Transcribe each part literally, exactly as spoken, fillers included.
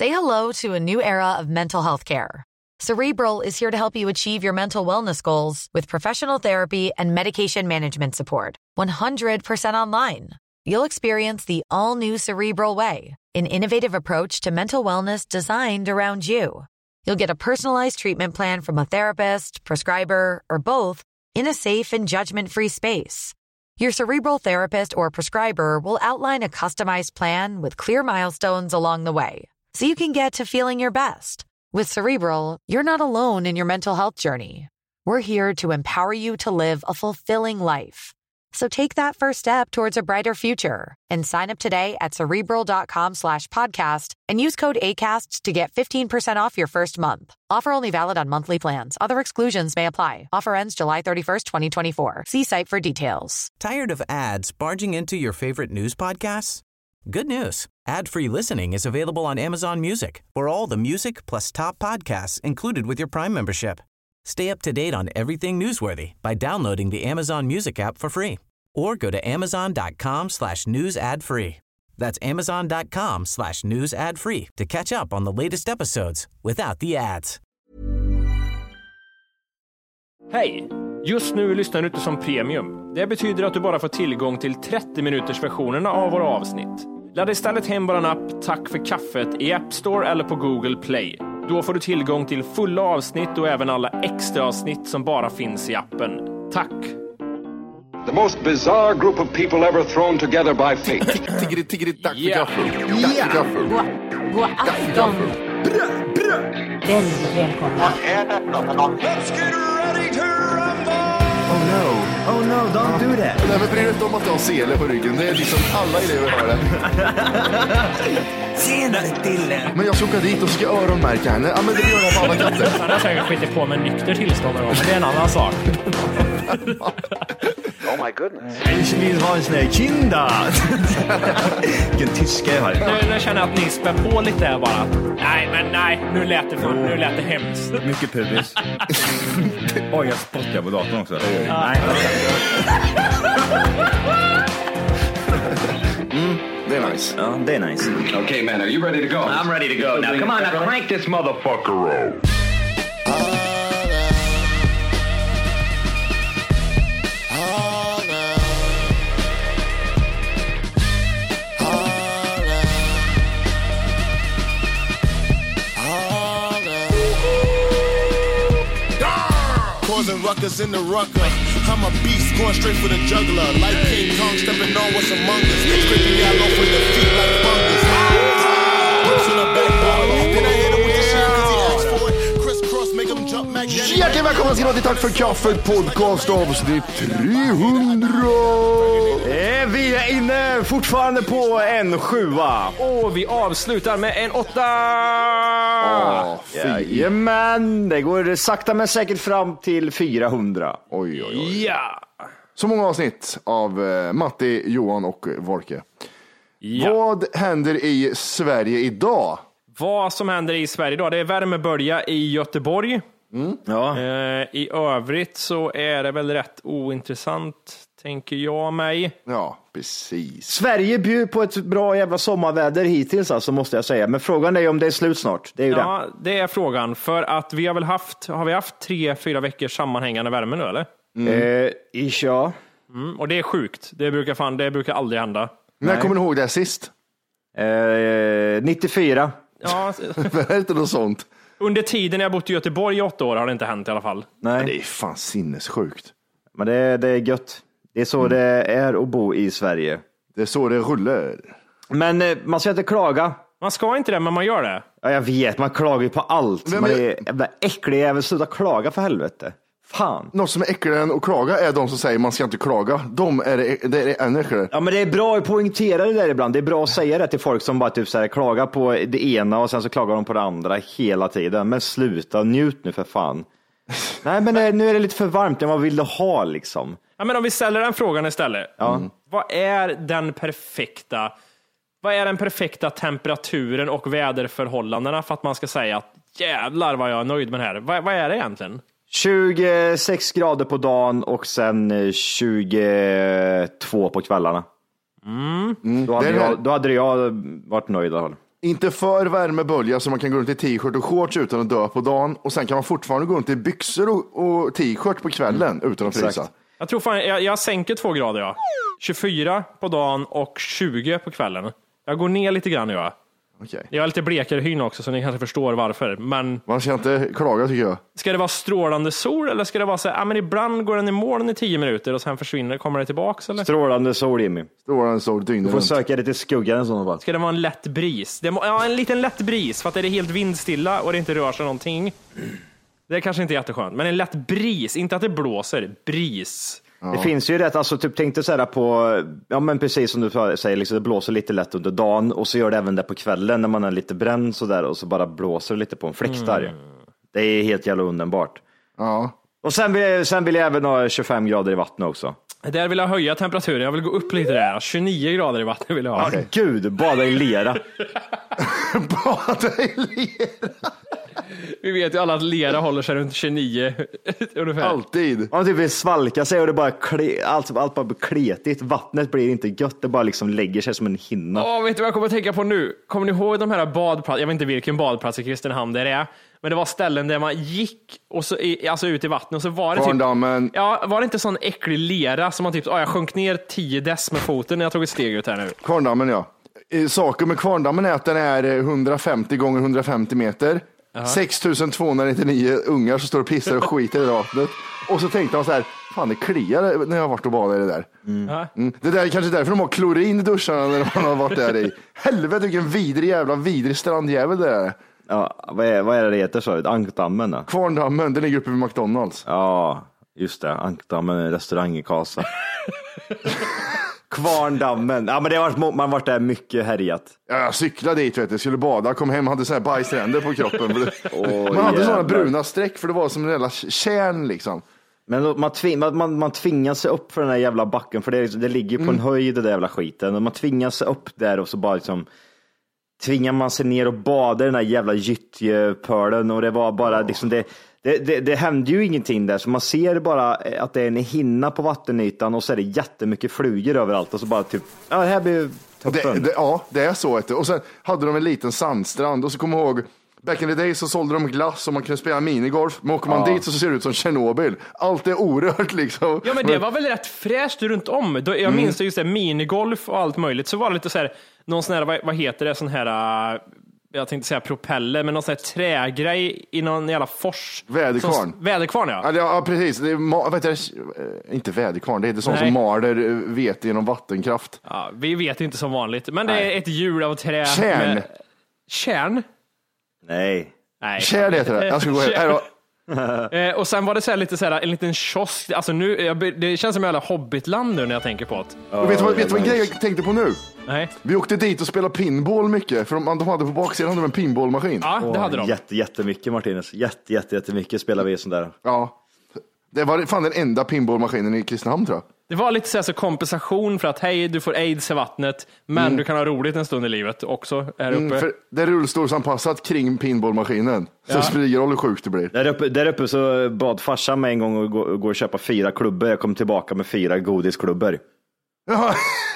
Say hello to a new era of mental health care. Cerebral is here to help you achieve your mental wellness goals with professional therapy and medication management support. one hundred percent online. You'll experience the all-new Cerebral Way, an innovative approach to mental wellness designed around you. You'll get a personalized treatment plan from a therapist, prescriber, or both in a safe and judgment-free space. Your Cerebral therapist or prescriber will outline a customized plan with clear milestones along the way, so you can get to feeling your best. With Cerebral, you're not alone in your mental health journey. We're here to empower you to live a fulfilling life. So take that first step towards a brighter future and sign up today at Cerebral.com slash podcast and use code ACAST to get fifteen percent off your first month. Offer only valid on monthly plans. Other exclusions may apply. Offer ends July thirty-first, twenty twenty-four. See site for details. Tired of ads barging into your favorite news podcasts? Good news. Ad-free listening is available on Amazon Music for all the music plus top podcasts included with your Prime membership. Stay up to date on everything newsworthy by downloading the Amazon Music app for free or go to amazon.com slash news ad free. That's amazon.com slash news ad free to catch up on the latest episodes without the ads. Hej! Just nu lyssnar du inte som premium. Det betyder att du bara får tillgång till trettio minuters versionerna av våra avsnitt. Ladda istället hem vår app Tack för kaffet i App Store eller på Google Play. Då får du tillgång till fulla avsnitt och även alla extra avsnitt som bara finns i appen. Tack! The most bizarre group of people ever thrown together by fate. Tiggeri, tiggeri, tack för Yeah. gaffel. Tack för gaffel. God afton. Väldigt välkomna. Let's get ready to rumble! Oh no, oh no, don't do that. Nej, men bryr dig inte om att du har sele på ryggen. Det är liksom alla elever har det. Senare till en. Men jag ska åka dit och ska öronmärka henne. Ja, men det gör jag på alla katter. Han har säkert skitit på med nykter tillstånd någon gång, men det är en annan sak. Oh my goodness. Ich vill ha en sån här kinda. Vilken tyska jag har. Nu, nu känner jag att ni spär på lite där bara. Nej, men nej, nu lät det, fan, nu lät det hemskt. Mycket pubis. Oj, jag spottar på datorn också. Nej. Mm, det är nice. Ja, det är nice. Okay, man, are you ready to go? I'm ready to go. Now, come on, now crank this motherfucker up. Causing ruckus in the rucker. I'm a beast going straight for the juggler. Like King Kong stepping on what's among us. Scraping y'all off with the feet like fungus. Whips in the backboard. Then I hit him with the shit cause he asked for it. Crisscross make him jump Mac Daddy. Hjärtligt välkomna till Tack för kaffet podcast avsnitt trehundra. Eh, vi är inne fortfarande på en sjua. Och vi avslutar med en åtta! Åh, fy. Jajamän, det går sakta men säkert fram till fyrahundra. Oj, oj, oj. Ja! Så många avsnitt av eh, Matti, Johan och Volke. Ja. Vad händer i Sverige idag? Vad som händer i Sverige idag, det är värmebölja i Göteborg. Mm. Ja. Eh, I övrigt så är det väl rätt ointressant, tänker jag mig. Ja, precis. Sverige bjuder på ett bra jävla sommarväder hittills, alltså, måste jag säga. Men frågan är ju om det är slut snart. Det är ju Ja, det är frågan. För att vi har väl haft, har vi haft tre, fyra veckors sammanhängande värme nu, eller? det. Eh, ish, ja. Mm, och det är sjukt. Det brukar fan, det brukar aldrig hända. När kommer ni ihåg det sist? Eh, nittiofyra. Ja, Det är inte något sånt. under tiden jag bott i Göteborg i åtta år har det inte hänt i alla fall. Nej, Det är fan sinnessjukt. men det, det är gött. Det är så Mm. det är att bo i Sverige. Det är så det rullar. Men eh, man ska inte klaga. Man ska inte det, men man gör det. Ja, jag vet, man klagar ju på allt. Men- Man men- är jävla äcklig jävel, sluta klaga för helvete. Fan. Något som är äckligare än att klaga är de som säger man ska inte klaga. De är det, det är ännu äckligare. Ja, men det är bra att poängtera det där ibland. Det är bra att säga det till folk som bara typ så här klagar på det ena och sen så klagar de på det andra hela tiden. Men sluta, njut nu för fan. Nej, men det, nu är det lite för varmt. Vad vill du ha liksom? Ja, men om vi ställer den frågan istället. Ja. Vad är den perfekta Vad är den perfekta temperaturen och väderförhållandena för att man ska säga att jävlar vad jag är nöjd med det här? Vad, vad är det egentligen? tjugosex grader på dagen och sen tjugotvå på kvällarna. Mm. Då, hade Det är- jag, då hade jag varit nöjd i alla fall. Inte för värmebölja så man kan gå runt i t-shirt och shorts utan att dö på dagen. Och sen kan man fortfarande gå runt i byxor och, och t-shirt på kvällen mm. utan att frysa. Exakt. Jag tror fan, jag, jag sänker två grader, ja. tjugofyra på dagen och tjugo på kvällen. Jag går ner lite grann nu, ja. Okay. Jag är lite blekare hyn också, så ni kanske förstår varför. Men man ska inte klaga, tycker jag. Ska det vara strålande sol, eller ska det vara så här, ja, men ibland går den i moln i tio minuter och sen försvinner, kommer det tillbaks, eller? Strålande sol, Jimmy. Strålande sol, dygnet. Du får söka det till skuggan i sådana fall. Ska det vara en lätt bris? Det må, ja, en liten lätt bris, för att det är helt vindstilla och det inte rör sig någonting. Det är kanske inte jätteskönt, men en lätt bris, inte att det blåser, bris. Ja. Det finns ju rätt, alltså typ tänkte så här på, ja men precis som du säger, liksom, det blåser lite lätt under dagen och så gör det även det på kvällen när man är lite bränd så där och så bara blåser lite på en fläktar. Mm. Det är helt jävla underbart. Ja. Och sen vill, jag, sen vill jag även ha tjugofem grader i vattnet också. Där vill jag höja temperaturen, jag vill gå upp lite där, tjugonio grader i vattnet vill jag ha. Ja, okay. Gud, bada i lera. Bada i lera. Vi vet ju alla att lera håller sig runt tjugonio ungefär. Alltid. Man typ vill svalka sig och det bara kle, allt, allt bara blir kletigt. Vattnet blir inte gött, det bara liksom lägger sig som en hinna. Åh, vet du vad jag kommer att tänka på nu? Kommer ni ihåg de här badplatserna? Jag vet inte vilken badplats i Kristinehamn det är. Men det var ställen där man gick och så, alltså ut i vattnet och så var det Kvarndammen. typ, ja, var det inte sån äcklig lera som man typ, åh, jag sjönk ner tio dess med foten när jag tog ett steg ut här nu. Kvarndammen, ja. Saken med Kvarndammen är att den är hundrafemtio gånger hundrafemtio meter. Uh-huh. sex tusen tvåhundranittionio ungar som står och pissar och skiter i vattnet. Och så tänkte man så här, fan det kliar när jag har varit och badat i det där. Mm. Mm. Det där är kanske därför de har klorin i duscharna när man har varit där i. Helvete vilken vidrig jävla vidrig strandjävel det är. Ja, vad är, vad är det det heter så? Ankdammen då? Kvarndammen, den ligger uppe vid McDonalds. Ja, just det. Ankdammen, restaurang i Kasa. Kvarndammen. Ja, men det har varit, man har varit där mycket härjat. Ja, jag cyklade dit, vet du. Skulle bada, kom hem, hade så här bajsränder på kroppen. oh, man hade sådana bruna streck för det var som en jävla kärn liksom. Men man, tving, man, man, man tvingar sig upp för den här jävla backen, för det, det ligger på mm. en höjd, det där jävla skiten. Och man tvingar sig upp där och så bara liksom tvingar man sig ner och badar den här jävla gyttjepölen och det var bara liksom det, det, det, det hände ju ingenting där, så man ser bara att det är en hinna på vattenytan och så är det jättemycket flugor överallt och så bara typ, ja det här blir toppen. Det, det, ja, det är så. Och sen hade de en liten sandstrand och så kommer jag ihåg, back in the day så sålde de glass och man kunde spela minigolf, men åker man ja. dit så ser det ut som Tjernobyl. Allt är orört liksom. Ja, men det var väl rätt fräscht runt om. Jag mm. minns just det, minigolf och allt möjligt, så var det lite så här, någon sån här, vad, vad heter det, sån här, jag tänkte säga propeller, men någon sån här trägrej i någon jävla fors. Väderkvarn. Som, väderkvarn, ja. Ja, ja precis. Det är, vet jag, inte väderkvarn, det är sånt som maler vete genom vattenkraft. Ja, vi vet inte som vanligt, men det Nej. är ett hjul av trä. Kärn. Med... Kärn? Nej. Nej. Kärn heter det. Jag ska gå här. eh, och sen var det så här lite så här, en liten kiosk. Alltså nu, jag, det känns som en jävla hobbitland nu när jag tänker på det. Och vet du vad, vet vad en grej jag tänkte på nu? Nej. Vi åkte dit och spelade pinball mycket, för de, de hade på baksidan hade de en pinballmaskin. Ja, det hade de. Jätte, jättemycket, Martinez. Jätte, jätte, jättemycket spelar vi sån där. Ja. Det var fan den enda pinballmaskinen i Kristinehamn, tror jag. Det var lite så här, så kompensation för att hej, du får aids i vattnet, men mm. du kan ha roligt en stund i livet också här uppe. Mm, för det är rullstolsanpassat kring pinballmaskinen. Så ja. Springer roll hur sjukt det blir. Där uppe, där uppe så bad farsan mig en gång att gå, gå och köpa fyra klubbor. Jag kom tillbaka med fyra godisklubbor. Ja.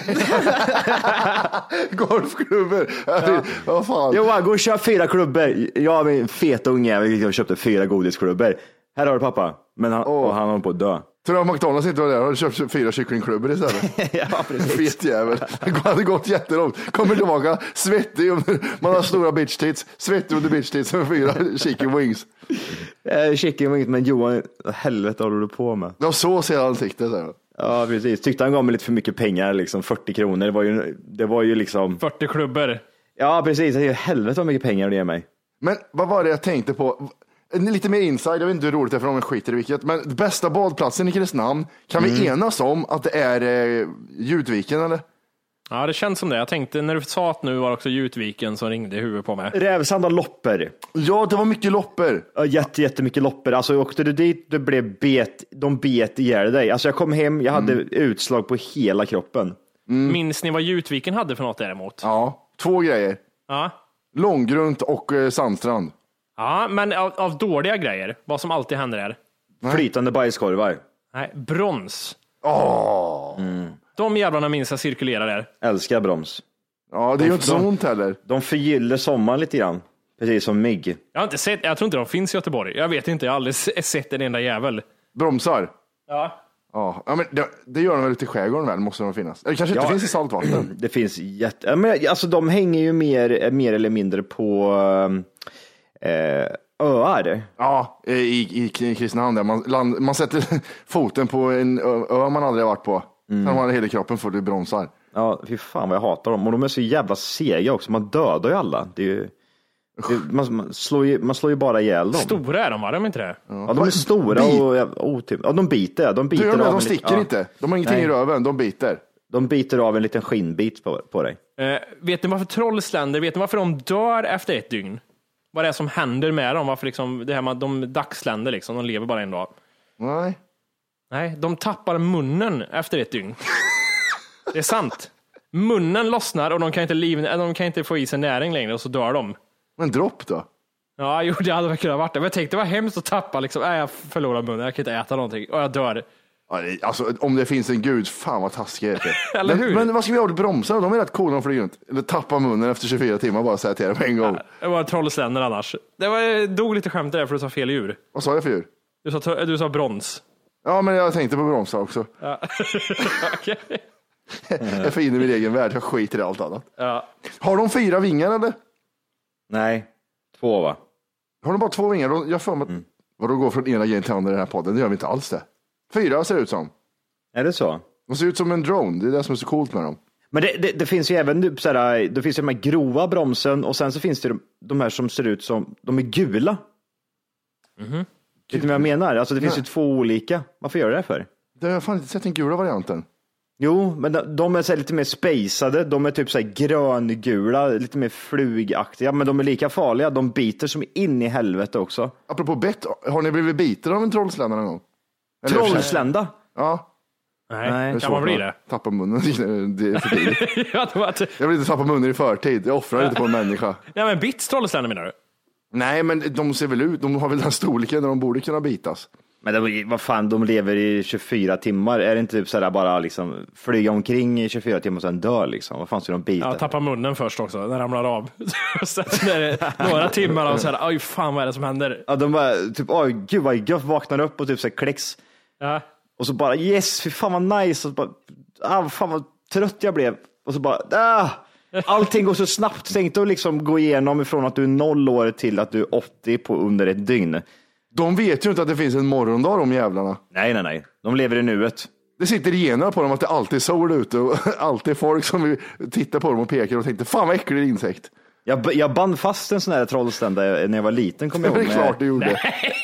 Golfklubbor. Ja. Vad fan? Jo, gå och köp fyra klubbor. Jag min feta unge, jag köpte fyra godisklubbor. Här har du pappa. Men han, oh. och han håller på att dö. Tror du att McDonalds inte var där? Har du köpt fyra kycklingklubbor istället? Ja, precis. Fet jävel. Det hade gått jättelångt. Kommer tillbaka, svettig. Man har stora bitch tits. Svettig under bitch tits med fyra chicken wings. Eh, chicken wings, men Johan, helvete håller du på med? Ja, så ser ansiktet där. Ja, precis. Tyckte han gav mig lite för mycket pengar, liksom fyrtio kronor. Det var ju, det var ju liksom... fyrtio klubbor. Ja, precis. Helvete vad mycket pengar det ger mig. Men vad var det jag tänkte på? Lite mer inside, jag vet inte hur roligt det är för de skiter i vilket, men bästa badplatsen i Kristinehamn, kan mm. vi enas om att det är eh, Jutviken eller? Ja, det känns som det. Jag tänkte när du sa att nu var också Jutviken som ringde i huvudet på mig. Rävsand och lopper. Ja, det var mycket lopper. Ja, jätte, jättemycket lopper. Alltså åkte du dit, du blev bet, de bet ihjäl dig. Alltså jag kom hem, jag hade mm. utslag på hela kroppen. Mm. Minns ni vad Jutviken hade för något däremot? Ja, två grejer. Ja. Långgrunt och eh, sandstrand. Ja, men av, av dåliga grejer, vad som alltid händer är. Nej. Flytande bajskorvar. Nej, brons. Åh. Mm. De jävlarna minns jag cirkulerar där. Älskar broms. Ja, det är ju inte så ont heller. De förgyller sommaren lite grann. Precis som mygg. Jag har inte sett, jag tror inte de finns i Göteborg. Jag vet inte, jag har aldrig sett en enda jävel. Bromsar? Ja. Ja, ja men det, det gör de väl ute i skärgården väl, måste de finnas. Eller kanske inte Ja. finns i saltvatten. Det finns jätte... Ja, men, alltså de hänger ju mer, mer eller mindre på eh, öar. Ja, i, i, i Kristinehamn där. Man, land, man sätter foten på en ö, ö man aldrig har varit på. Mm. Sen har man hela kroppen full i bromsar. Ja, fy fan vad jag hatar dem. Och de är så jävla sega också. Man dödar ju alla. Det är ju... Det, man, man, slår ju, man slår ju bara ihjäl dem. Stora är de, va? De är inte det? Ja, de är stora och otyp. Ja, de biter. De biter de, av de sticker ja. inte. De har ingenting Nej. i röven, de biter. De biter av en liten skinnbit på, på dig. Eh, vet ni varför trollsländer, vet ni varför de dör efter ett dygn? Vad det är som händer med dem? Varför liksom, det här med de dagsländer liksom, de lever bara en dag. Nej. Nej, de tappar munnen efter ett dygn. Det är sant. Munnen lossnar och de kan inte, liv, de kan inte få i sig näring längre och så dör de. Men dropp då? Ja, jo, det hade väl kunnat varit det. Men jag tänkte det var hemskt att tappa liksom. Äh, jag förlorar munnen, jag kan inte äta någonting och jag dör. Alltså om det finns en gud, fan vad taskigt det är. Eller men, hur? men vad ska vi göra åt bromsarna? De är rätt coola, de flyger runt. Eller tappa munnen efter tjugofyra timmar, bara säga till det på en gång. Ja, det var trollsländer annars. Det var, dog lite skämt där för du sa fel djur. Vad sa jag för djur? Du sa, du sa brons. Ja, men jag tänkte på bromsar också. Ja. Okay. Jag är för inne i min egen värld, jag skiter i allt annat. Ja. Har de fyra vingar eller? Nej, två va? Har de bara två vingar? Jag får mig mm. Vad då går från ena grejen till andra i den här podden, det gör vi inte alls det. Fyra ser det ut som. Är det så? De ser ut som en drone, det är det som är så coolt med dem. Men det, det, det finns ju även typ såhär, det finns ju de här grova bromsen och sen så finns det de, de här som ser ut som, de är gula. Mm-hmm. Vet du vad jag menar? Alltså det finns Nej. ju två olika. Varför gör det för? Det har jag fan inte sett den gula varianten. Jo, men de, de är så här lite mer spacade. De är typ så här gröngula, lite mer flugaktiga. Men de är lika farliga. De biter som in i helvete också. Apropå bett, har ni blivit biter av en trollslända någon gång? Trollslända? Ja. Nej, Nej. Kan man bli det? Tappa munnen, det är för tidigt. Ja, det var att... Jag vill inte tappa munnen i förtid. Jag offrar inte på en människa. Ja, men bits trollsländer menar du? Nej, men de ser väl ut. De har väl den storleken när de borde kunna bitas. Men det, vad fan, de lever i tjugofyra timmar. Är det inte typ sådär bara liksom flyga omkring i tjugofyra timmar och sen dö liksom? Vad fan ska de bita? Ja, tappa munnen först också. Den ramlar av. Sen är det några timmar och så här, oj fan vad är det som händer? Ja, de bara typ, oj gud vad gött, vaknar upp och typ så här kläcks. Ja. Och så bara, yes, fy fan vad nice. Och så bara, ah, fan vad trött jag blev. Och så bara, ah, allting går så snabbt. Tänkte att liksom gå igenom ifrån att du är noll år till att du är åttio på under ett dygn. De vet ju inte att det finns en morgondag, de jävlarna. Nej, nej, nej. De lever i nuet. Det sitter i generna på dem att det alltid är sol ute och alltid är folk som tittar på dem och pekar och tänkte, fan vad äcklig insekt. Jag, jag band fast en sån här trollslända när jag var liten, kommer jag ihåg. Det är klart du gjorde.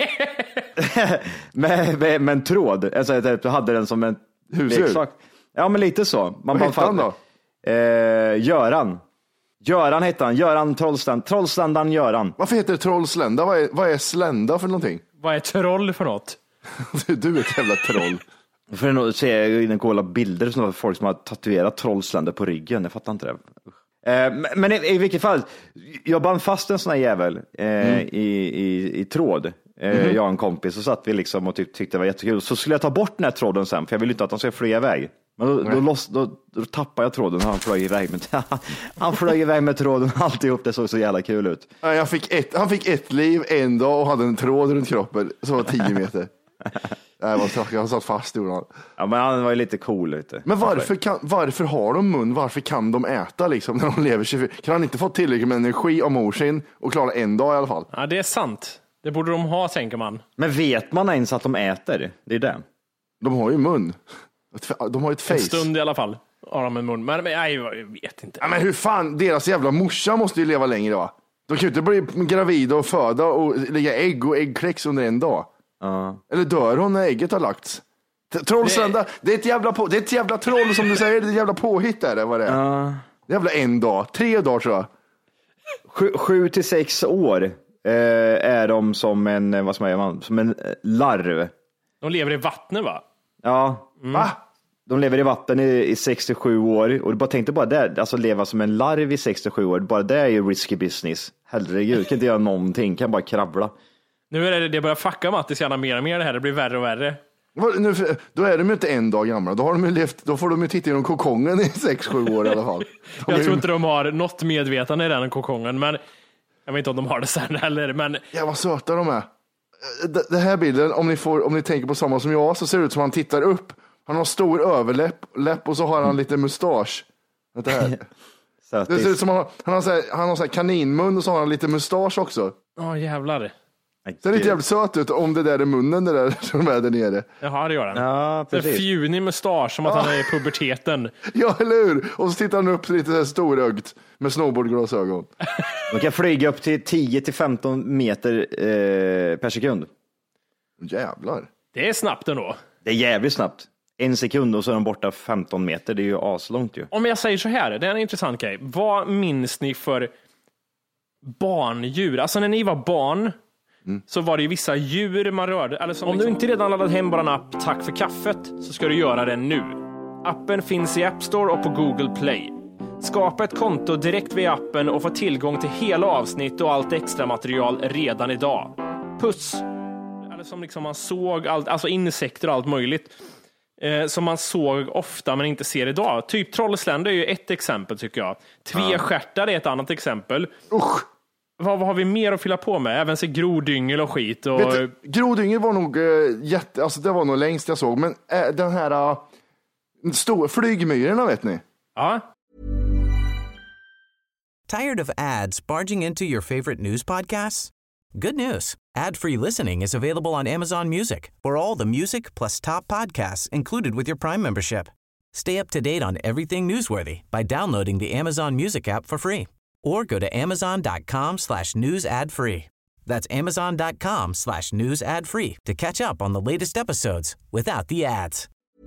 med, med, med en tråd. Alltså, jag hade den som en husdjur. Ja, men lite så. Man vad hette han då? Eh, Göran. Göran hette han. Göran Trollsländ. Trollsländan Göran. Varför heter det trollslända? Vad är, vad är slända för någonting? Vad är troll för något? Du är ett jävla troll. För att se en kolla bilder som folk som har tatuerat trollsländer på ryggen. Jag fattar inte det. Eh, men i, i vilket fall, jag band fast en sån här jävel eh, mm. i, i, i tråd. Eh, mm. Jag och en kompis, så satt vi liksom och tyck, tyckte det var jättekul. Så skulle jag ta bort den här tråden sen, för jag ville inte att han skulle flyga iväg. Men då, då, loss, då, då tappade jag tråden och han flög iväg med, han flög iväg med tråden och alltihop. Det såg så jävla kul ut. Jag fick ett, han fick ett liv en dag och hade en tråd runt kroppen som var tio meter. Jag var tråkig, han satt fast i honom. Ja, men han var ju lite cool. Lite. Men varför, kan, varför har de mun? Varför kan de äta liksom när de lever tjugofyra? Kan han inte få tillräckligt med energi av mor sin och klara en dag i alla fall? Ja, det är sant. Det borde de ha, tänker man. Men vet man ens att de äter? Det är det. De har ju mun. De har ju ett face. En stund i alla fall har de en mun. Men, men nej, jag vet inte. Ja, men hur fan, deras jävla morsa måste ju leva längre, va? De kan ju inte bli gravida och föda och lägga ägg och äggkläcks under en dag. Uh. Eller dör hon när ägget har lagts? Trollslända, det är ett jävla på, det är ett jävla troll som du säger, det är ett jävla påhitt är det, vad det är. Uh. Jävla en dag, tre dagar tror jag. Sju, sju till sex år eh, är de som en, vad säger man, som en larv. De lever i vattnet, va? Ja. Mm. Va? De lever i vatten i, i sextiosju år. Och du bara tänkte bara det, alltså leva som en larv i sextiosju år, bara det är ju risky business. Herregud, kan inte göra någonting, kan bara kravla. Nu är det, det börjar fucka Mattis gärna mer och mer det här, det blir värre och värre. Nu, då är de ju inte en dag gamla. Då, har de ju levt, då får de ju titta genom kokongen i sex sju år i alla fall. De jag tror ju... inte de har något medvetande i den kokongen, men jag vet inte om de har det sen heller. Men... Ja, vad söta de är. Det, det här bilden, om ni, får, om ni tänker på samma som jag, så ser det ut som han tittar upp. Han har stor överläpp läpp och så har han lite mustasch. Det, här. Det ser ut som han, han har, så här, han har så här kaninmun och så har han lite mustasch också. Ja, oh, jävlar. Det ser lite jävligt söt ut om det där är munnen det där som är där nere. Jaha, det gör den. Ja, det är fjunig mustasch som att han är i puberteten. Ja, eller hur? Och så tittar han upp lite så här storögt med snowboardglasögon. De kan flyga upp till tio till femton meter eh, per sekund. Jävlar. Det är snabbt ändå. Det är jävligt snabbt. En sekund och så är de borta femton meter. Det är ju aslångt ju. Om jag säger så här, det är en intressant grej. Vad minns ni för barndjur? Alltså när ni var barn mm. så var det ju vissa djur man rörde. Eller som om liksom... du inte redan laddat hem bara en app Tack för kaffet, så ska du göra det nu. Appen finns i App Store och på Google Play. Skapa ett konto direkt via appen och få tillgång till hela avsnitt och allt extra material redan idag. Puss! Eller som liksom man såg, allt, alltså insekter och allt möjligt. Eh, som man såg ofta men inte ser idag. Typ Trollsländer är ju ett exempel tycker jag. Tvestjärtar är ett annat exempel. Usch! Vad, vad har vi mer att fylla på med? Även så grodyngel och skit. Och... Vet, grodyngel var nog äh, jätte, alltså det var nog längst jag såg. Men äh, den här äh, stora flygmyrorna vet ni? Ja. Tired of ads barging into your favorite news podcasts? Good news. Ad-free listening is available on Amazon Music for all the music plus top podcasts included with your Prime membership. Stay up to date on everything newsworthy by downloading the Amazon Music app for free or go to amazon.com slash news ad free. That's amazon.com slash news ad free to catch up on the latest episodes without the ads.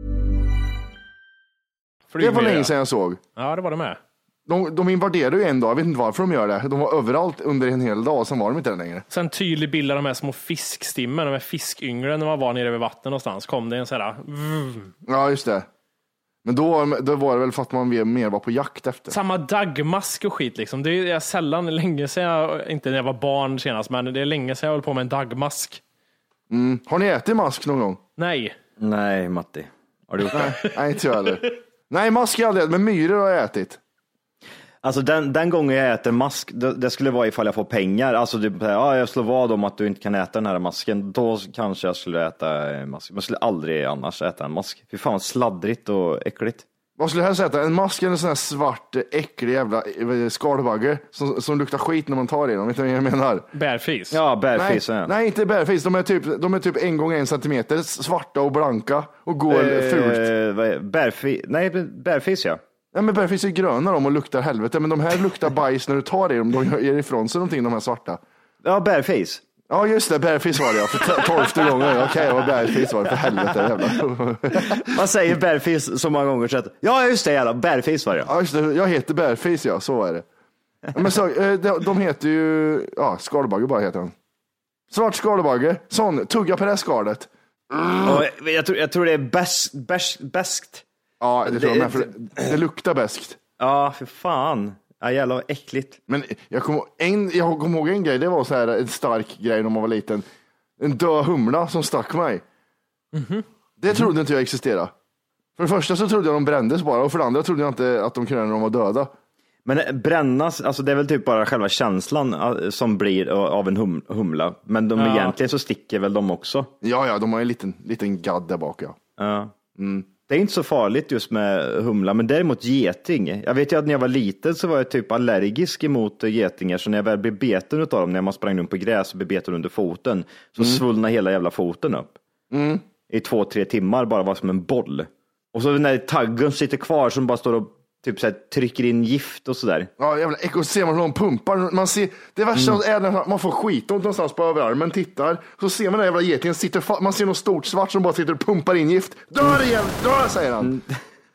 Det var länge sedan jag såg. Ja, det var det med. De, de invaderade ju en dag, jag vet inte varför de gör det. De var överallt under en hel dag, sen var de inte där längre. Sen tydlig bild av de här små fiskstimmen, de här fiskynglen när man var nere vid vattnet någonstans. Kom det en sån här... Ja, just det. Men då, då var det väl för att man mer var på jakt efter. Samma dagmask och skit liksom. Det är sällan, länge sedan jag, inte när jag var barn senast, men det är länge sedan jag höll på med en dagmask. Mm. Har ni ätit mask någon gång? Nej. Nej, Matti. Har du gjort det? Nej, nej inte jag heller. Nej, mask har jag aldrig ätit, men myror har jag ätit. Alltså den, den gången jag äter mask, det, det skulle vara ifall jag får pengar. Alltså typ, ja, jag slår vad om att du inte kan äta den här masken. Då kanske jag skulle äta en mask. Men jag skulle aldrig annars äta en mask. Fy fan, sladdrigt och äckligt. Vad skulle du helst äta? En mask eller en sån här svart, äcklig jävla skalbagge som, som luktar skit när man tar i dem. Vet du vad jag menar? Bärfis. Ja, bärfis. Nej, ja. nej, inte bärfis. De är, typ, de är typ en gång en centimeter. Svarta och blanka och går eh, fult. Bärfis, nej, bärfis ja. Ja, men bärfis är gröna de och luktar helvete. Men de här luktar bajs när du tar i dem. De ger ifrån sig någonting, de här svarta. Ja, bärfis. Ja, just det. Bärfis var det, ja. För tolfte gången. Okej, okay, det var bärfis var det. För helvete, jävla. Man säger bärfis så många gånger så att, ja, just det, jävla. Bärfis var det. Ja, just det. Jag heter bärfis, ja. Så är det. Men så, de, de heter ju, ja, skalbagge bara heter de. Svart skalbagge. Sån, tugga på det skalet. Mm. Och jag, tror, jag tror det är bäst, bäst, bäst. Ja, det tror jag med, för det, det luktar bäst. Ja, för fan. Ja, jävla äckligt. Men jag kommer en, jag kommer ihåg en grej, det var så här en stark grej när man var liten. En död humla som stack mig. Mm-hmm. Det trodde mm-hmm. inte jag existerade. För det första så trodde jag de brändes bara, och för det andra trodde jag inte att de kunde när de var döda. Men brännas, alltså det är väl typ bara själva känslan som blir av en hum, humla. Men de ja. egentligen så sticker väl de också. Ja, ja, de har en liten, liten gadd där bak, ja. Ja. Mm. Det är inte så farligt just med humla, men däremot geting. Jag vet ju att när jag var liten så var jag typ allergisk emot getingar, så när jag väl blev beten av dem, när man sprang runt på gräs och blev beten under foten, så mm. svullnade hela jävla foten upp. Mm. I två, tre timmar bara var som en boll. Och så när taggen sitter kvar som bara står och typ så här, trycker in gift och sådär. Ja, jävla äckligt. Och så ser man hur de pumpar. Man ser, det värsta mm. är när man får skitont någonstans på överarmen, tittar, så ser man den jävla getingen sitter fa- man ser något stort svart som bara sitter och pumpar in gift. Dör igen, dör, säger han. Mm.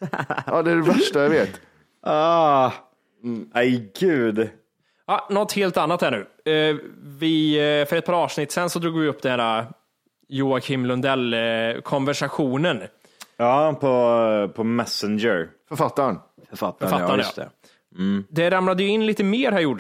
Ja, det är det värsta jag vet. Ah, mm. Aj, gud. Ja, något helt annat här nu. Eh, vi, för ett par avsnitt sen så drog vi upp den här Joakim Lundell-konversationen. Ja, på, på Messenger. Författaren. Författaren, Författaren, ja, just det. Mm. Det ramlade ju in lite mer här, gjorde det.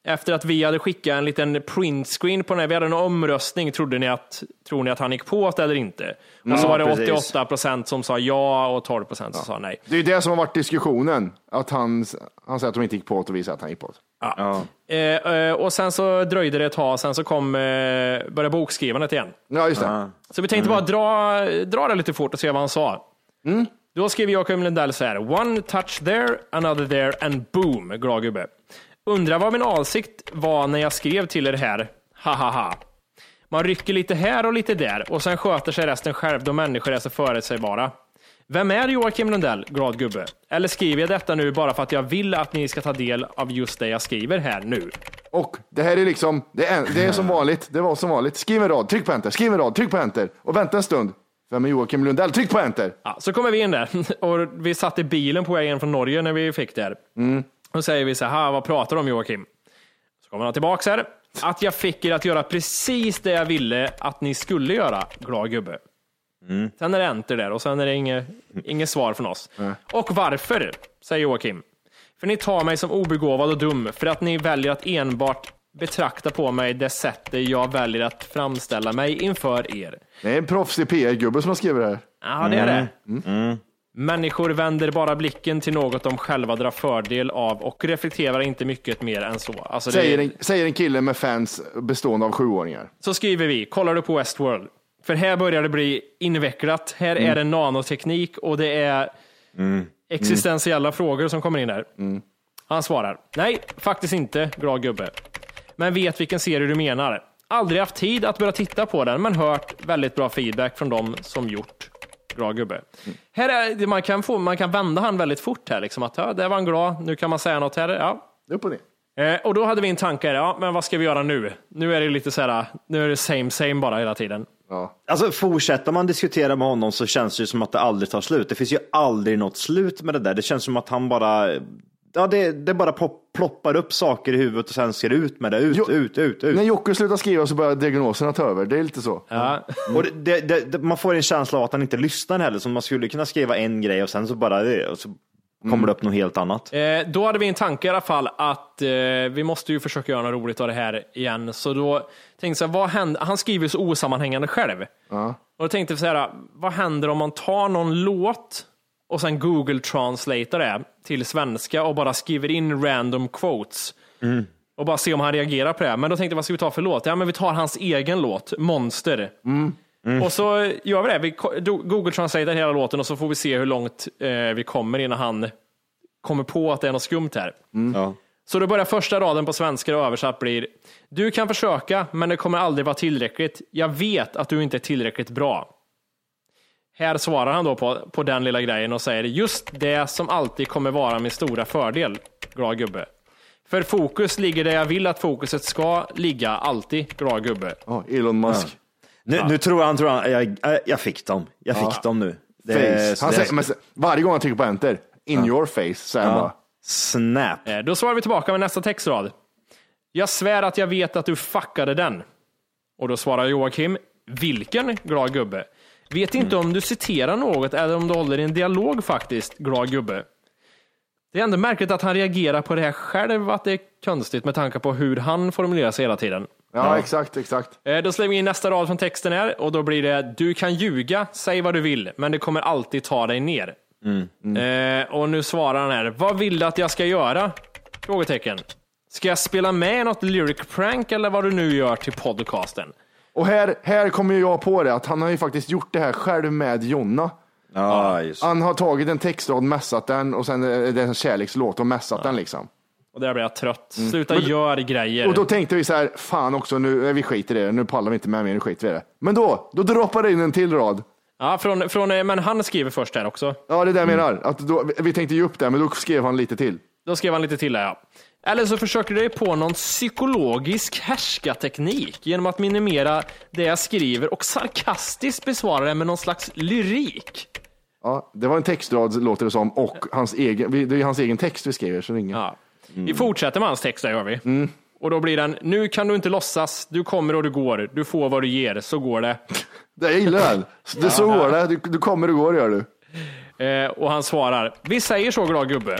efter att vi hade skickat en liten printscreen på den här, vi hade en omröstning, trodde ni att, tror ni att han gick på det eller inte? Och ja, så var det precis. åttioåtta procent som sa ja och tolv procent som ja. sa nej. Det är det som har varit diskussionen, att han, han säger att de inte gick på det och vi säger att han gick på det. Ja. Ja. Eh, och sen så dröjde det ett tag, sen så kom, eh, började bokskrivandet igen. Ja, just det. Ja. Så vi tänkte mm. bara dra, dra det lite fort och se vad han sa. Mm. Då skrev Joakim Lundell så här: one touch there, another there and boom, glad gubbe. Undrar vad min avsikt var när jag skrev till er här. Ha ha ha. Man rycker lite här och lite där och sen sköter sig resten själv då människor är så förutsägbara. Vem är Joakim Lundell, glad gubbe? Eller skriver jag detta nu bara för att jag vill att ni ska ta del av just det jag skriver här nu? Och det här är liksom, det är, det är som vanligt, det var som vanligt. Skriv en rad, tryck på enter, skriv en rad, tryck på enter och vänta en stund. Vem är Joakim Lundell? Tryck på enter. Ja, så kommer vi in där och vi satt i bilen på vägen från Norge när vi fick det här. Mm. Och säger vi så här, vad pratar du om Joakim? Så kommer han tillbaka här. Att jag fick er att göra precis det jag ville att ni skulle göra, glad gubbe. Mm. Sen är det enter där och sen är det inget, inget svar från oss. Mm. Och varför, säger Joakim. För ni tar mig som obegåvad och dum för att ni väljer att enbart betrakta på mig det sättet jag väljer att framställa mig inför er. Det är en proffsig P R-gubbe som har skrivit det här. Ja, det är det. Mm. Mm. Människor vänder bara blicken till något de själva drar fördel av och reflekterar inte mycket mer än så. Alltså säger, det... en, säger en kille med fans bestående av sjuåringar. Så skriver vi, kollar du på Westworld? För här börjar det bli invecklat. Här mm. är det nanoteknik och det är mm. existentiella mm. frågor som kommer in där. Mm. Han svarar, nej, faktiskt inte, glad gubbe. Men vet vilken serie du menar. Aldrig haft tid att börja titta på den, men hört väldigt bra feedback från dem som gjort. Glad gubbe. Mm. Här är, man, kan få, man kan vända han väldigt fort här. Liksom, att, ja, där var han glad, nu kan man säga något här. Ja. Upp och ner. Eh, och då hade vi en tanke här, ja, men vad ska vi göra nu? Nu är det lite så här, nu är det same same bara hela tiden. Ja. Alltså fortsätter man diskutera med honom så känns det ju som att det aldrig tar slut. Det finns ju aldrig något slut med det där. Det känns som att han bara, ja det, det bara pop, ploppar upp saker i huvudet och sen ser det ut med det, ut, jo, ut, ut, ut. När Jocke slutar skriva så börjar diagnoserna ta över, det är lite så. Ja. Mm. Och det, det, det, man får en känsla av att han inte lyssnar heller, som man skulle kunna skriva en grej och sen så bara det, och så kommer mm. det upp något helt annat. Eh, då hade vi en tanke i alla fall att eh, vi måste ju försöka göra något roligt av det här igen. Så då tänkte jag, vad händer? Han skriver så osammanhängande själv. Ja. Och då tänkte jag så här, vad händer om man tar någon låt och sen Google translatear det till svenska och bara skriver in random quotes. Mm. Och bara se om han reagerar på det. Men då tänkte jag, vad ska vi ta för låt? Ja, men vi tar hans egen låt, Monster. Mm. Mm. Och så gör vi det. Vi Google translatear hela låten och så får vi se hur långt eh, vi kommer innan han kommer på att det är något skumt här. Mm. Ja. Så då börjar första raden på svenska och översatt blir: du kan försöka, men det kommer aldrig vara tillräckligt. Jag vet att du inte är tillräckligt bra. Här svarar han då på, på den lilla grejen och säger: just det som alltid kommer vara min stora fördel, glad gubbe. För fokus ligger där jag vill att fokuset ska ligga, alltid, glad gubbe. Oh, Elon Musk. Ja. Nu, ja. nu tror han, tror han jag, jag fick dem. Jag fick ja. dem nu. Det, face. Han det, säger, men, varje gång han trycker på enter, in ja. your face, säger han ja. bara. Snap. Eh, då svarar vi tillbaka med nästa textrad. Jag svär att jag vet att du fuckade den. Och då svarar Joakim: vilken, glad gubbe? Vet inte mm. om du citerar något eller om du håller i en dialog faktiskt, glad gubbe. Det är ändå märkligt att han reagerar på det här själv, att det är konstigt med tanke på hur han formulerar sig hela tiden. Ja, ja. exakt, exakt. Eh, då slänger vi in nästa rad från texten här och då blir det: du kan ljuga, säg vad du vill, men det kommer alltid ta dig ner. Mm. Mm. Eh, och nu svarar han här: vad vill du att jag ska göra? Frågetecken. Ska jag spela med något lyric prank eller vad du nu gör till podcasten? Och här, här kommer jag på det att han har ju faktiskt gjort det här själv med Jonna. Ah, just. Han har tagit en textrad, mässat den och sen är det en kärlekslåt och mässat ja. den liksom. Och där blir jag trött. Sluta mm. gör grejer. Och då tänkte vi så här, fan också, nu vi skiter i det. Nu pallar vi inte med mer, nu skiter vi i det. Men då, då droppar det in en till rad. Ja, från, från, men han skriver först här också. Ja, det är det jag mm. menar. Att då, vi tänkte ge upp det, men då skrev han lite till. Då skrev han lite till där, ja. Eller så försöker du på någon psykologisk härskarteknik genom att minimera det jag skriver och sarkastiskt besvara det med någon slags lyrik. Ja, det var en textrad låter det som, och hans egen, det är hans egen text vi skriver, så ingen. Ja. Mm. Vi fortsätter med hans text där, gör vi. Mm. Och då blir den: nu kan du inte låtsas, du kommer och du går, du får vad du ger, så går det. Det jag gillar den. Det så går det, du, du kommer och går, gör du. Eh, och han svarar: vi säger så, glad gubbe.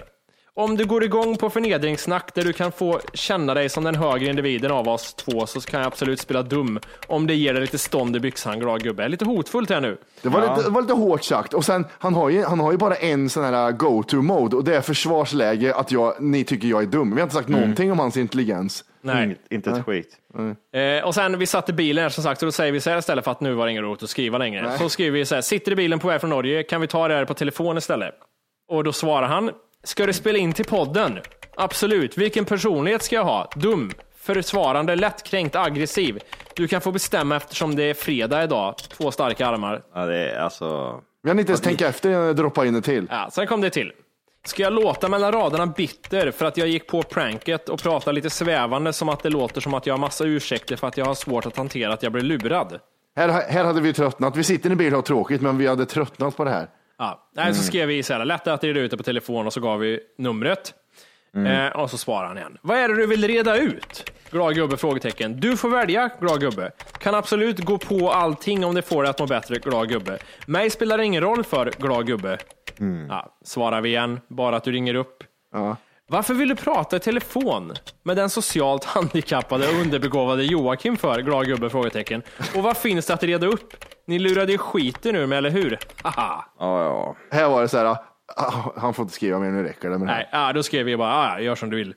Om du går igång på förnedringssnack där du kan få känna dig som den högre individen av oss två, så kan jag absolut spela dum om det ger dig lite stånd i byxan, glad gubbe. Lite hotfullt här nu. Det var, ja. lite, det var lite hårt sagt. Och sen, han har ju, han har ju bara en sån här go-to-mode och det är försvarsläge att jag, ni tycker jag är dum. Vi har inte sagt mm. någonting om hans intelligens. Nej. Mm, inte ett Nej. skit. Nej. Eh, och sen vi satt i bilen här, som sagt, och då säger vi så här istället för att nu var det ingen roligt att skriva längre. Nej. Så skriver vi så här, sitter i bilen på väg från Norge, kan vi ta det här på telefon istället? Och då svarar han, ska du spela in till podden? Absolut. Vilken personlighet ska jag ha? Dum, försvarande, lättkränkt, aggressiv. Du kan få bestämma eftersom det är fredag idag. Två starka armar. Ja, det är alltså... Vi har inte ens tänkt efter när jag droppar in det till. Ja, sen kom det till. Ska jag låta mellan raderna bitter för att jag gick på pranket och prata lite svävande som att det låter som att jag har massa ursäkter för att jag har svårt att hantera att jag blir lurad? Här, här hade vi tröttnat. Vi sitter i bil och har tråkigt, men vi hade tröttnat på det här. Ja, nej, så skrev vi så här, lätt att det är ute på telefon och så gav vi numret. Mm. Eh, och så svarar han igen. Vad är det du vill reda ut? Glad gubbe, frågetecken. Du får välja, glad gubbe. Kan absolut gå på allting om det får dig att må bättre, glad gubbe. Mig spelar det ingen roll för, glad gubbe. Mm. Ja, svarar vi igen, bara att du ringer upp. Ja. Varför vill du prata i telefon med den socialt handikappade och underbegåvade Joakim för, glad gubbe, frågetecken. Och vad finns det att reda upp? Ni lurade ju skiten nu med, eller hur? Haha. Ja, ja. Här var det så här, han får inte skriva mer, nu räcker det med det här. Nej, ja, då skrev vi bara, ja, gör som du vill.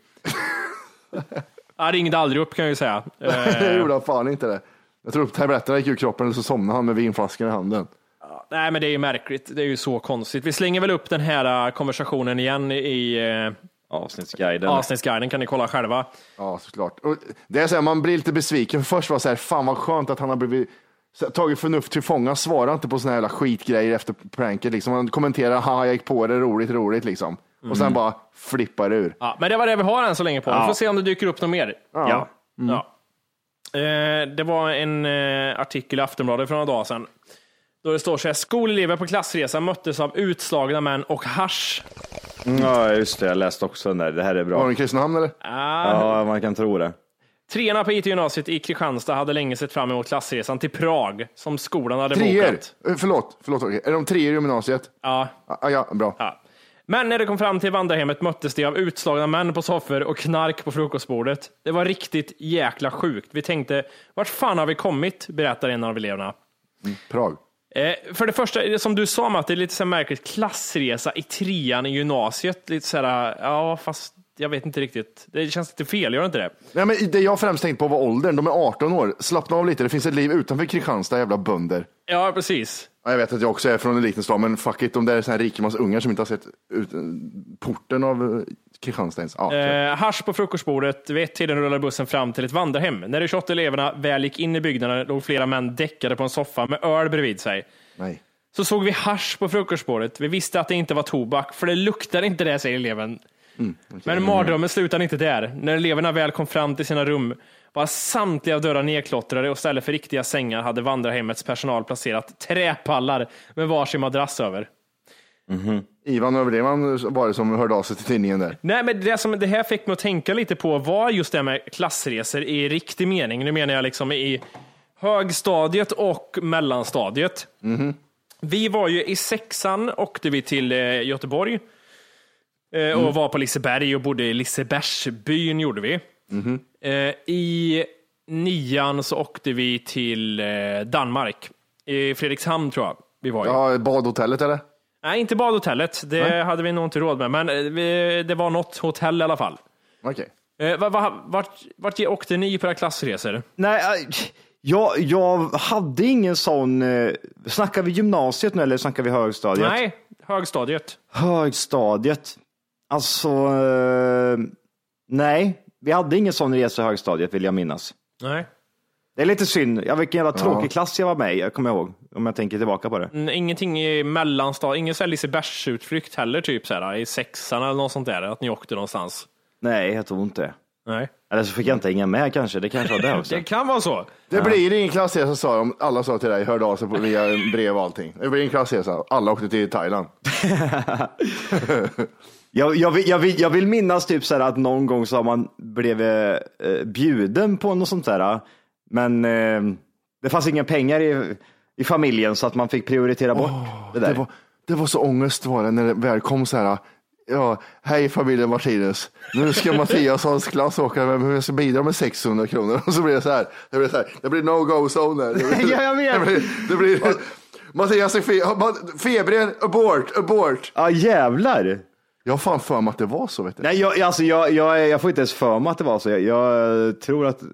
Jag ringde aldrig upp, kan jag ju säga. Jag gjorde fan inte det. Jag tror tabletterna gick ur kroppen och så somnade han med vinflaskan i handen. Ja, nej, men det är ju märkligt. Det är ju så konstigt. Vi slänger väl upp den här konversationen igen i eh, avsnittsguiden. Avsnittsguiden kan ni kolla själva. Ja, såklart. Och det är så här, man blir lite besviken. Först var så här, fan vad skönt att han har blivit tagit förnuft till fånga, svarar inte på såna här jävla skitgrejer efter pranket liksom. Han kommenterar, ha jag gick på det, roligt, roligt liksom. Mm. Och sen bara flippar ur. Ja, men det var det vi har än så länge på. Ja. Vi får se om det dyker upp något mer. Ja. Ja. Mm. Ja. Eh, det var en eh, artikel i Aftonbladet för några dagar sedan. Då det står så här, skolelever på klassresa möttes av utslagna män och hasch. Mm, ja, just det. Jag läste också den där. Det här är bra. Var det i Kristinehamn eller? Ah. Ja, man kan tro det. Treorna på I T-gymnasiet i Kristianstad hade länge sett fram emot klassresan till Prag som skolan hade treor. bokat. Förlåt, förlåt. Är de treor i gymnasiet? Ja. Ja, ja bra. Ja. Men när det kom fram till vandrarhemmet möttes de av utslagna män på soffor och knark på frukostbordet. Det var riktigt jäkla sjukt. Vi tänkte, vart fan har vi kommit? Berättar en av eleverna. Mm, Prag. Eh, för det första, som du sa, Matt, det är lite så märkligt, klassresa i trean i gymnasiet. Lite så här, ja fast jag vet inte riktigt. Det känns lite fel, gör det inte det? Nej, men det jag främst tänkt på var åldern. De är arton år. Slappna av lite, det finns ett liv utanför Kristianstad, jävla bönder. Ja, precis. Ja, jag vet att jag också är från en liten stad, men fuck it, de där är så här rikemans ungar som inte har sett ut porten av Kristianstad ens. Ja, eh, hasch på frukostbordet. Vid ett tiden rullade bussen fram till ett vandrarhem. När de tjugoåtta eleverna väl gick in i byggnaden låg flera män däckade på en soffa med öl bredvid sig. Nej. Så såg vi hasch på frukostbordet. Vi visste att det inte var tobak, för det luktar inte det, säger eleven. Mm, okay. Men mardrömmen slutade inte där. När eleverna väl kom fram till sina rum var samtliga dörrar nedklottrade och istället för riktiga sängar hade vandrarhemmets personal placerat träpallar med varsin madrass över. Mm-hmm. Ivan Överlevan var det som hörde av sig till tidningen där. Nej, men det som det här fick mig att tänka lite på var just det med klassresor i riktig mening. Nu menar jag liksom i högstadiet och mellanstadiet. Mm-hmm. Vi var ju i sexan, åkte vi till eh, Göteborg eh, och mm. var på Liseberg och bodde i Lisebergsbyn gjorde vi. Mm-hmm. Eh, I nian så åkte vi till eh, Danmark. I Fredrikshamn tror jag vi var. Ja, badhotellet eller? Nej, inte badhotellet. Det Nej. hade vi nog inte råd med. Men eh, vi, det var något hotell i alla fall. Okej. Okay. Eh, var, var, vart, vart åkte ni på era klassresor? Nej, jag, jag hade ingen sån... Eh, snackar vi gymnasiet nu eller snackar vi högstadiet? Nej, högstadiet. Högstadiet. Alltså... Eh, nej. Vi hade ingen sån resa i högstadiet, vill jag minnas. Nej. Det är lite synd. Jag vilken jävla tråkig ja. klass jag var med i, jag kommer ihåg. Om jag tänker tillbaka på det. Mm, ingenting i mellanstad, ingen sån Lisebergsutflykt heller, typ så här, i sexan eller något sånt där, att ni åkte någonstans. Nej, jag tror inte. Nej. Eller så fick jag inte hänga med kanske. Det kanske var det också. Det kan vara så. Det ja. blir ingen klassresa, sa de. Alla sa till dig, hörde av sig på, via brev och allting. Det blir en klassresa. Alla åkte till Thailand. Jag, jag, vill, jag, vill, jag vill minnas typ så här att någon gång så har man blivit eh, bjuden på något sånt där. Men eh, det fanns inga pengar i, i familjen så att man fick prioritera bort oh, det där. Det var, det var så ångest var det när det väl kom så här Ja, hej familjen Martinez. Nu ska Mattias Hans Klass åka med, men jag ska bidra med sexhundra kronor. Och så blir det så här. Det blir så här. Det blir no-go zone där. Det blir, Ja, jag vet. Det blir, det blir Mattias är fe- febren, abort, abort. Ja, jävlar. Jag har fan för mig att det var så, vet du. Nej, jag, alltså, jag, jag, jag får inte ens för mig att det var så. Jag, jag tror att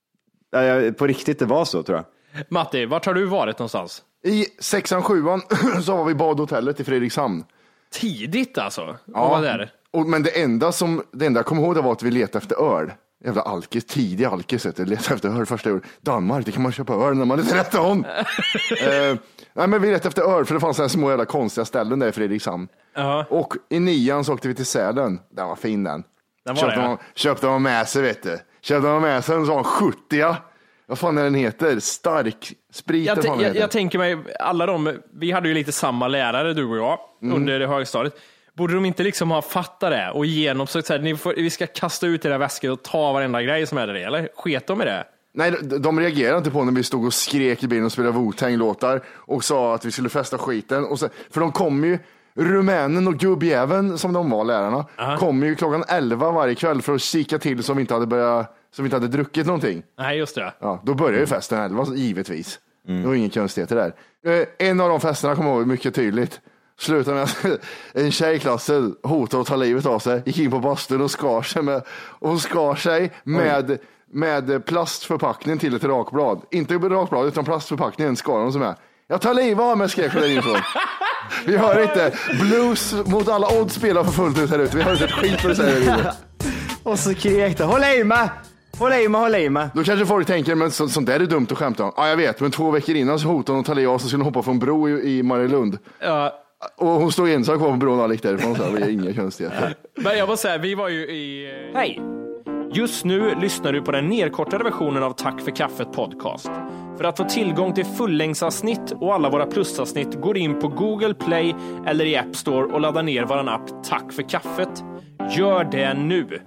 jag, på riktigt det var så, tror jag. Matti, vart har du varit någonstans? I sexan, sjuan så var vi badhotellet i Fredrikshamn. Tidigt alltså? Ja, Vad var det? Och, men det enda som, det enda jag kommer ihåg det var att vi letade efter öl. Jävla alkis, tidig alkis, letade efter öl första året. Danmark, det kan man köpa öl när man är tretton. eh, nej, men vi letade efter öl för det fanns så här små jävla konstiga ställen där i Fredrikshamn. Uh-huh. Och i nian så åkte vi till Sälen. Den var fin den. den var köpte, det, man, köpte man med sig, vet du. Köpte man med sig en sån sjuttio. Vad fan är den heter? Stark sprit. Jag, t- jag, jag tänker mig, alla de, vi hade ju lite samma lärare, du och jag, mm. under det högstadiet. Borde de inte liksom ha fattat det och genom så att ni får, vi ska kasta ut era väskor och ta varenda grej som är där, eller? Sket de i det? Nej, de, de reagerade inte på när vi stod och skrek i bilen och spelade Wu-Tang-låtar och sa att vi skulle festa skiten. Och så, för de kom ju, rumänen och gubbjäveln som de var, lärarna, uh-huh. kom ju klockan elva varje kväll för att kika till så vi inte hade börjat, så vi inte hade druckit någonting. Nej, just det. Ja, då började ju festen elva, givetvis. Mm. Det var ingen konstigheter där. En av de festerna kommer jag ihåg mycket tydligt. Slutade med att en tjej i klassen hotade att ta livet av sig. Gick in på bastun och skar sig med, och hon skar sig med, med plastförpackningen till ett rakblad. Inte rakblad utan plastförpackningen skar hon sig med. Jag tar livet av mig, skrek hon där inför. Vi hör inte. Blues mot alla odds spelar för fullt ut här ute. Vi hör inte ett skit för det säger. Och så skrek det. Håll i mig! Håll i mig, håll i mig. Då kanske folk tänker, men så, sånt där är dumt att skämta om. Ja, jag vet, men två veckor innan så hotade hon att ta livet av sig så skulle hon hoppa från bro i, i Marielund. Ja. Och hon stod ensam kvar på bron och gick därifrån, så det var inga konstigheter. Men jag måste säga, vi var ju i... Hej! Just nu lyssnar du på den nedkortade versionen av Tack för kaffet podcast. För att få tillgång till fullängdsavsnitt och alla våra plusavsnitt går in på Google Play eller i App Store och laddar ner våran app Tack för kaffet. Gör det nu!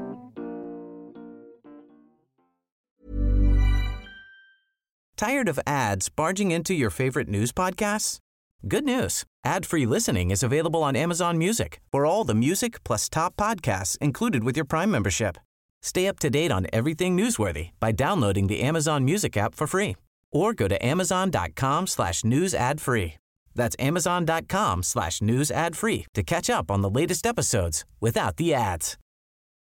Tired of ads barging into your favorite news podcasts? Good news. Ad-free listening is available on Amazon Music for all the music plus top podcasts included with your Prime membership. Stay up to date on everything newsworthy by downloading the Amazon Music app for free or go to amazon.com slash news ad free. That's amazon.com slash news ad free to catch up on the latest episodes without the ads.